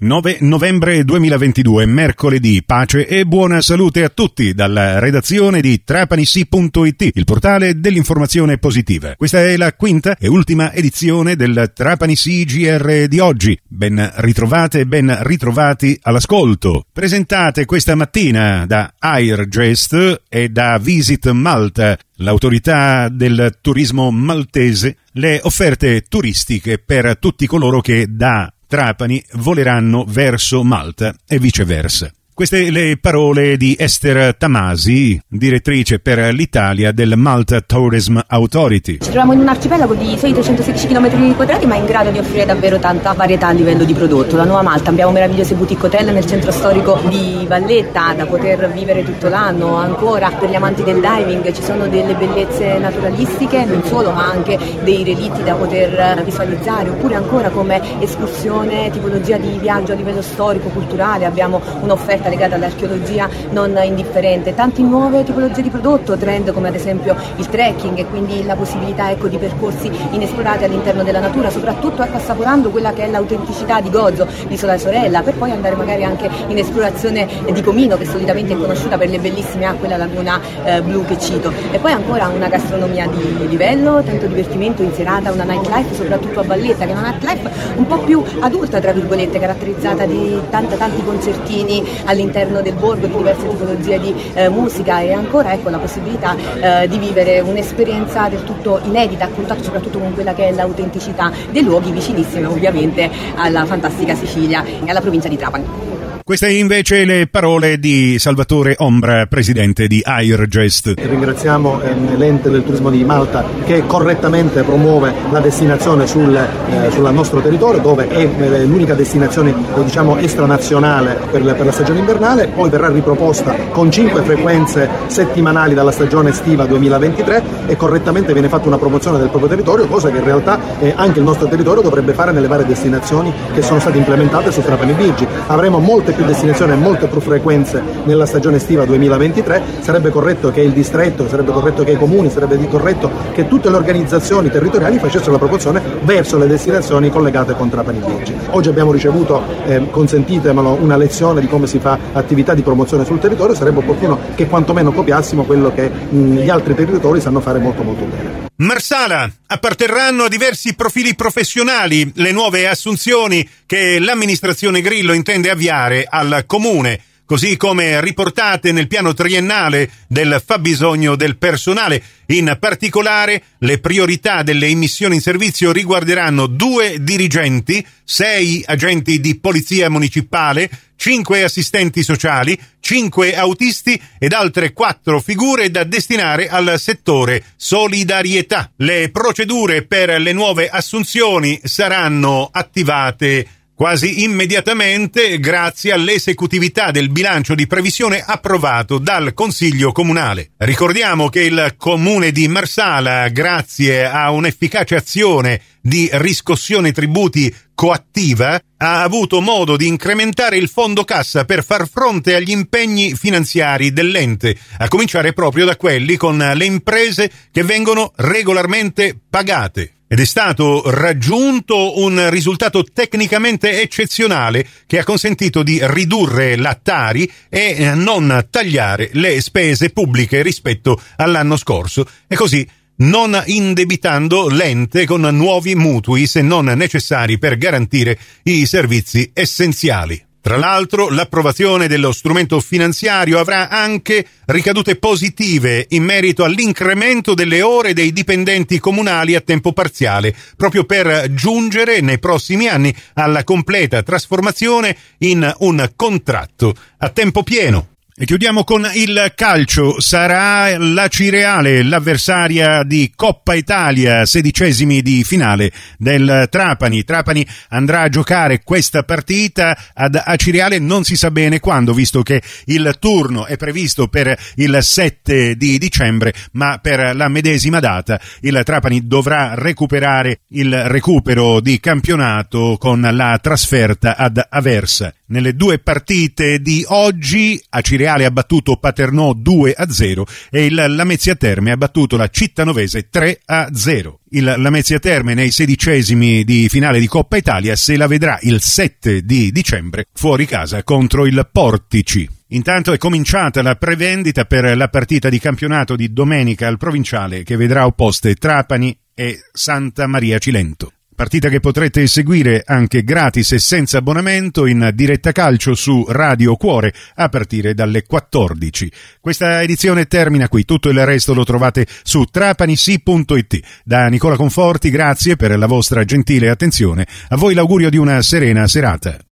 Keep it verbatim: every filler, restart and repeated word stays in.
nove novembre duemilaventidue, mercoledì. Pace e buona salute a tutti dalla redazione di trapanissi punto it, il portale dell'informazione positiva. Questa è la quinta e ultima edizione del Trapanissi G R di oggi. Ben ritrovate e ben ritrovati all'ascolto. Presentate questa mattina da Airgest e da Visit Malta, l'autorità del turismo maltese, le offerte turistiche per tutti coloro che da Trapani voleranno verso Malta e viceversa. Queste le parole di Esther Tamasi, direttrice per l'Italia del Malta Tourism Authority. Ci troviamo in un arcipelago di seicentosedici chilometri quadrati, ma in grado di offrire davvero tanta varietà a livello di prodotto. La Nuova Malta, abbiamo meravigliose boutique hotel nel centro storico di Valletta da poter vivere tutto l'anno. Ancora per gli amanti del diving ci sono delle bellezze naturalistiche, non solo, ma anche dei relitti da poter visualizzare, oppure ancora come escursione, tipologia di viaggio a livello storico, culturale. Abbiamo un'offerta legata all'archeologia non indifferente, tante nuove tipologie di prodotto, trend come ad esempio il trekking e quindi la possibilità ecco, di percorsi inesplorati all'interno della natura, soprattutto ecco, assaporando quella che è l'autenticità di Gozo, l'isola Sorella, per poi andare magari anche in esplorazione di Comino, che solitamente è conosciuta per le bellissime acque, la laguna eh, blu che cito, e poi ancora una gastronomia di livello, tanto divertimento in serata, una nightlife soprattutto a Valletta, che è una nightlife un po' più adulta tra virgolette, caratterizzata di tanta, tanti concertini all'interno del borgo, di diverse tipologie di eh, musica, e ancora ecco la possibilità eh, di vivere un'esperienza del tutto inedita, a contatto soprattutto con quella che è l'autenticità dei luoghi, vicinissimi ovviamente alla fantastica Sicilia e alla provincia di Trapani. Queste invece le parole di Salvatore Ombra, presidente di Airgest. Ringraziamo eh, l'ente del turismo di Malta che correttamente promuove la destinazione sul, eh, sul nostro territorio, dove è eh, l'unica destinazione eh, diciamo estranazionale per, per la stagione invernale. Poi verrà riproposta con cinque frequenze settimanali dalla stagione estiva duemilaventitré e correttamente viene fatta una promozione del proprio territorio, cosa che in realtà eh, anche il nostro territorio dovrebbe fare nelle varie destinazioni che sono state implementate su Trapani Birgi. Avremo molte più destinazioni e molte più frequenze nella stagione estiva duemilaventitré. Sarebbe corretto che il distretto, sarebbe corretto che i comuni, sarebbe corretto che tutte le organizzazioni territoriali facessero la promozione verso le destinazioni collegate con Trapani Birgi. Oggi abbiamo ricevuto, eh, consentitemelo, una lezione di come si fa attività di promozione sul territorio. Sarebbe opportuno che quantomeno copiassimo quello che mh, gli altri territori sanno fare molto molto bene. Marsala, apparterranno a diversi profili professionali le nuove assunzioni che l'amministrazione Grillo intende avviare al comune, così come riportate nel piano triennale del fabbisogno del personale. In particolare, le priorità delle immissioni in servizio riguarderanno due dirigenti, sei agenti di polizia municipale, cinque assistenti sociali, cinque autisti ed altre quattro figure da destinare al settore solidarietà. Le procedure per le nuove assunzioni saranno attivate quasi immediatamente grazie all'esecutività del bilancio di previsione approvato dal Consiglio Comunale. Ricordiamo che il Comune di Marsala, grazie a un'efficace azione di riscossione tributi coattiva, ha avuto modo di incrementare il fondo cassa per far fronte agli impegni finanziari dell'ente, a cominciare proprio da quelli con le imprese che vengono regolarmente pagate. Ed è stato raggiunto un risultato tecnicamente eccezionale che ha consentito di ridurre la Tari e non tagliare le spese pubbliche rispetto all'anno scorso, e così non indebitando l'ente con nuovi mutui se non necessari per garantire i servizi essenziali. Tra l'altro, l'approvazione dello strumento finanziario avrà anche ricadute positive in merito all'incremento delle ore dei dipendenti comunali a tempo parziale, proprio per giungere nei prossimi anni alla completa trasformazione in un contratto a tempo pieno. E chiudiamo con il calcio. Sarà l'Acireale l'avversaria di Coppa Italia, sedicesimi di finale del Trapani. Trapani andrà a giocare questa partita ad Acireale, non si sa bene quando, visto che il turno è previsto per il sette di dicembre, ma per la medesima data il Trapani dovrà recuperare il recupero di campionato con la trasferta ad Aversa. Nelle due partite di oggi Acireale ha battuto Paternò due a zero e il Lamezia Terme ha battuto la Cittanovese tre a zero. Il Lamezia Terme nei sedicesimi di finale di Coppa Italia se la vedrà il sette di dicembre fuori casa contro il Portici. Intanto è cominciata la prevendita per la partita di campionato di domenica al Provinciale che vedrà opposte Trapani e Santa Maria Cilento. Partita che potrete seguire anche gratis e senza abbonamento in diretta calcio su Radio Cuore a partire dalle quattordici. Questa edizione termina qui, tutto il resto lo trovate su trapanisi punto it. Da Nicola Conforti, grazie per la vostra gentile attenzione, a voi l'augurio di una serena serata.